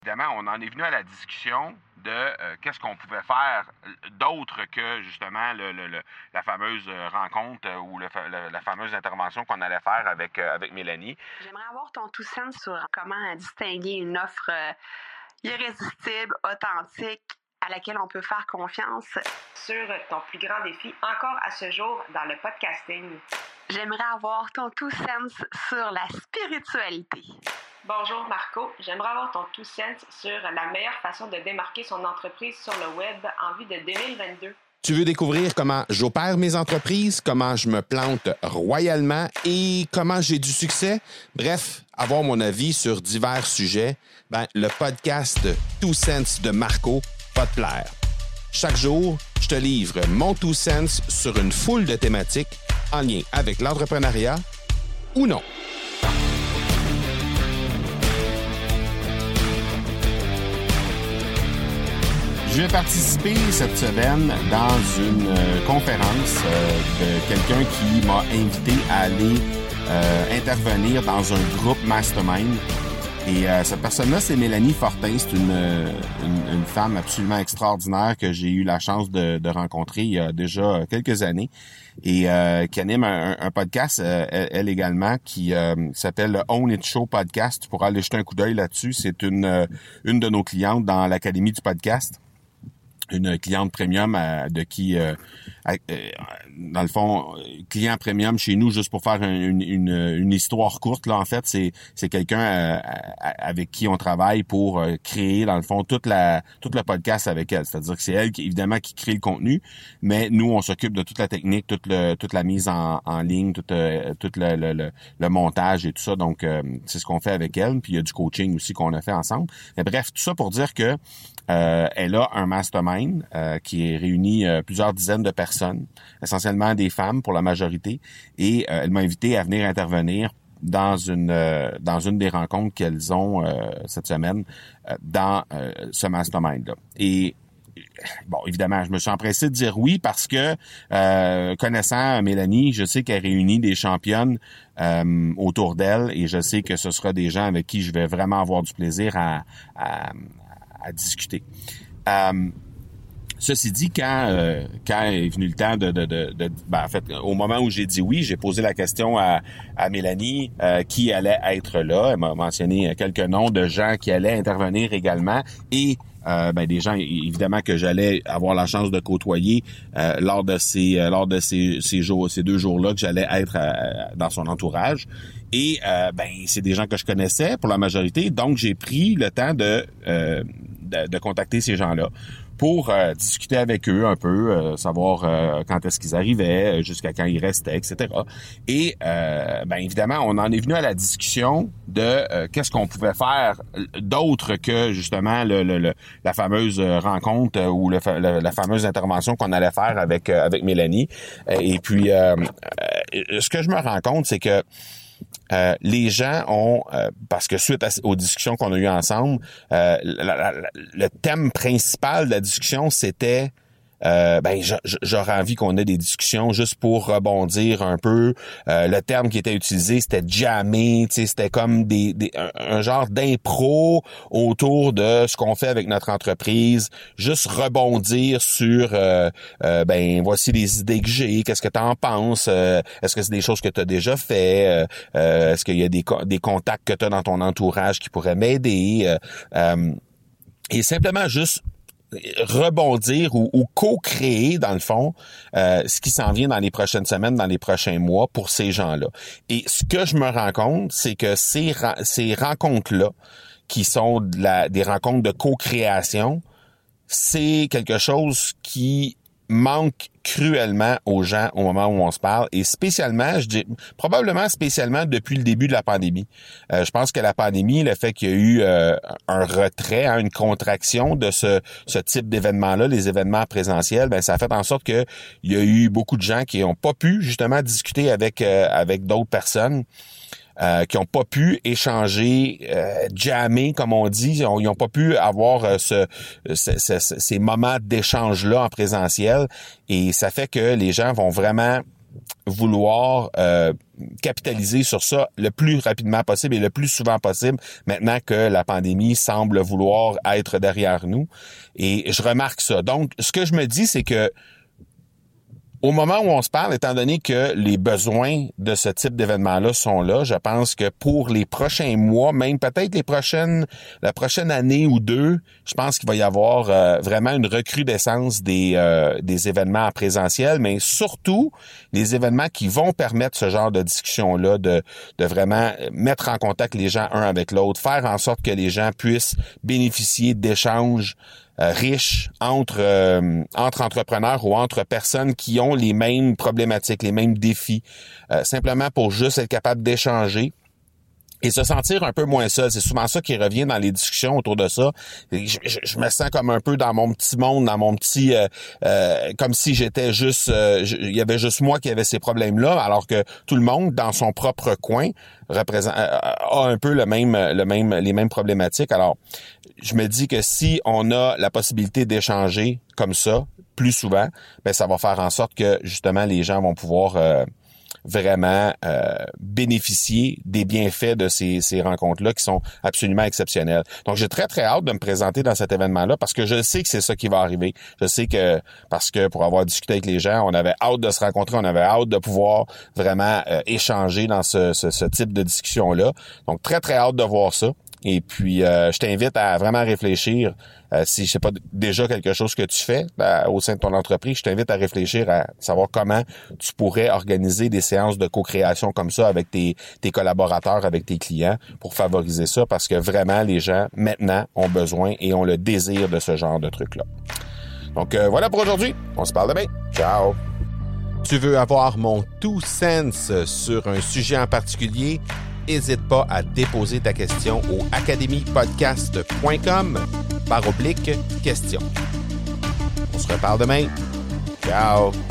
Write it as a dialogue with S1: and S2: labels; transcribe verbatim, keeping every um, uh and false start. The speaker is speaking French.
S1: Évidemment, on en est venu à la discussion de euh, qu'est-ce qu'on pouvait faire d'autre que justement le, le, le, la fameuse rencontre euh, ou le, le, la fameuse intervention qu'on allait faire avec, euh, avec Mélanie.
S2: J'aimerais avoir ton tout sens sur comment distinguer une offre euh, irrésistible, authentique, à laquelle on peut faire confiance.
S3: Sur ton plus grand défi encore à ce jour dans le podcasting.
S2: J'aimerais avoir ton tout sens sur la spiritualité.
S3: Bonjour Marco, j'aimerais avoir ton tout sens sur la meilleure façon de démarquer son entreprise sur le web en vue de deux mille vingt-deux.
S4: Tu veux découvrir comment j'opère mes entreprises, comment je me plante royalement et comment j'ai du succès? Bref, avoir mon avis sur divers sujets, ben, le podcast Two Cents de Marco va te plaire. Chaque jour, je te livre mon Two Cents sur une foule de thématiques en lien avec l'entrepreneuriat ou non. Je vais participer cette semaine dans une euh, conférence euh, de quelqu'un qui m'a invité à aller euh, intervenir dans un groupe mastermind. Et euh, cette personne-là, c'est Mélanie Fortin. C'est une, une, une femme absolument extraordinaire que j'ai eu la chance de, de rencontrer il y a déjà quelques années et euh, qui anime un, un podcast, euh, elle, elle également, qui euh, s'appelle le Own It Show Podcast. Tu pourras aller jeter un coup d'œil là-dessus. C'est une, une de nos clientes dans l'Académie du podcast. Une cliente premium à, de qui, euh, à, euh, dans le fond, client premium chez nous, juste pour faire une, une, une histoire courte, là, en fait, c'est c'est quelqu'un euh, avec qui on travaille pour euh, créer, dans le fond, toute la toute le podcast avec elle. C'est-à-dire que c'est elle, qui, évidemment, qui crée le contenu, mais nous, on s'occupe de toute la technique, toute le toute la mise en, en ligne, tout, euh, tout le, le, le, le montage et tout ça. Donc, euh, c'est ce qu'on fait avec elle. Puis, il y a du coaching aussi qu'on a fait ensemble. Mais bref, tout ça pour dire que Euh, elle a un mastermind euh, qui réunit euh, plusieurs dizaines de personnes, essentiellement des femmes pour la majorité, et euh, elle m'a invité à venir intervenir dans une euh, dans une des rencontres qu'elles ont euh, cette semaine euh, dans euh, ce mastermind-là. Et bon, évidemment, je me suis empressé de dire oui parce que, euh, connaissant Mélanie, je sais qu'elle réunit des championnes euh, autour d'elle et je sais que ce sera des gens avec qui je vais vraiment avoir du plaisir à, à à discuter. Euh, ceci dit, quand euh, quand est venu le temps de, de, de, de ben, en fait, au moment où j'ai dit oui, j'ai posé la question à, à Mélanie euh, qui allait être là. Elle m'a mentionné quelques noms de gens qui allaient intervenir également et Euh, ben des gens évidemment que j'allais avoir la chance de côtoyer euh, lors de ces euh, lors de ces ces jours ces deux jours-là que j'allais être euh, dans son entourage et euh, ben c'est des gens que je connaissais pour la majorité, donc j'ai pris le temps de euh, de, de contacter ces gens-là pour euh, discuter avec eux un peu, euh, savoir euh, quand est-ce qu'ils arrivaient, jusqu'à quand ils restaient, et cetera. Et euh, ben évidemment, on en est venu à la discussion de euh, qu'est-ce qu'on pouvait faire d'autre que justement le, le, le la fameuse rencontre euh, ou le, le, la fameuse intervention qu'on allait faire avec euh, avec Mélanie. Et puis, euh, euh, ce que je me rends compte, c'est que Euh, les gens ont, euh, parce que suite à, aux discussions qu'on a eues ensemble, euh, la, la, la, le thème principal de la discussion, c'était euh, ben j'aurais envie qu'on ait des discussions juste pour rebondir un peu. Euh, le terme qui était utilisé, c'était jammer, tu sais, c'était comme des, des un, un genre d'impro autour de ce qu'on fait avec notre entreprise, juste rebondir sur euh, euh, ben voici les idées que j'ai, qu'est-ce que tu en penses, euh, est-ce que c'est des choses que tu as déjà fait, euh, euh, est-ce qu'il y a des des contacts que tu as dans ton entourage qui pourraient m'aider euh, euh, et simplement juste rebondir ou, ou co-créer, dans le fond, euh, ce qui s'en vient dans les prochaines semaines, dans les prochains mois pour ces gens-là. Et ce que je me rends compte, c'est que ces, ces rencontres-là, qui sont de la, des rencontres de co-création, c'est quelque chose qui manque cruellement aux gens au moment où on se parle et spécialement, je dis probablement spécialement depuis le début de la pandémie. Euh, je pense que la pandémie, le fait qu'il y a eu euh, un retrait, hein, une contraction de ce, ce type d'événements-là, les événements présentiels, ben ça a fait en sorte que il y a eu beaucoup de gens qui n'ont pas pu justement discuter avec euh, avec d'autres personnes. Euh, qui n'ont pas pu échanger, euh, jammer, comme on dit. Ils n'ont pas pu avoir euh, ce, ce, ce, ces moments d'échange-là en présentiel. Et ça fait que les gens vont vraiment vouloir euh, capitaliser sur ça le plus rapidement possible et le plus souvent possible maintenant que la pandémie semble vouloir être derrière nous. Et je remarque ça. Donc, ce que je me dis, c'est que au moment où on se parle, étant donné que les besoins de ce type d'événement-là sont là, je pense que pour les prochains mois, même peut-être les prochaines, la prochaine année ou deux, je pense qu'il va y avoir euh, vraiment une recrudescence des euh, des événements en présentiel, mais surtout les événements qui vont permettre ce genre de discussion-là, de de vraiment mettre en contact les gens un avec l'autre, faire en sorte que les gens puissent bénéficier d'échanges Euh, riches entre euh, entre entrepreneurs ou entre personnes qui ont les mêmes problématiques, les mêmes défis, euh, simplement pour juste être capable d'échanger et se sentir un peu moins seul. C'est souvent ça qui revient dans les discussions autour de ça. Je, je, je me sens comme un peu dans mon petit monde, dans mon petit... Euh, euh, comme si j'étais juste... Euh, je, il y avait juste moi qui avait ces problèmes-là, alors que tout le monde, dans son propre coin, représente, euh, a un peu le même, le même, les mêmes problématiques. Alors, je me dis que si on a la possibilité d'échanger comme ça, plus souvent, ben ça va faire en sorte que, justement, les gens vont pouvoir... Euh, vraiment euh, bénéficier des bienfaits de ces, ces rencontres-là qui sont absolument exceptionnelles. Donc, j'ai très, très hâte de me présenter dans cet événement-là parce que je sais que c'est ça qui va arriver. Je sais que, parce que pour avoir discuté avec les gens, on avait hâte de se rencontrer, on avait hâte de pouvoir vraiment euh, échanger dans ce, ce, ce type de discussion-là. Donc, très, très hâte de voir ça. Et puis, euh, je t'invite à vraiment réfléchir. Euh, si c'est pas déjà quelque chose que tu fais euh, au sein de ton entreprise, je t'invite à réfléchir à savoir comment tu pourrais organiser des séances de co-création comme ça avec tes, tes collaborateurs, avec tes clients pour favoriser ça parce que vraiment, les gens, maintenant, ont besoin et ont le désir de ce genre de trucs-là. Donc, euh, voilà pour aujourd'hui. On se parle demain. Ciao! Tu veux avoir mon two cents sur un sujet en particulier? N'hésite pas à déposer ta question au academy podcast point com par oblique question. On se reparle demain. Ciao!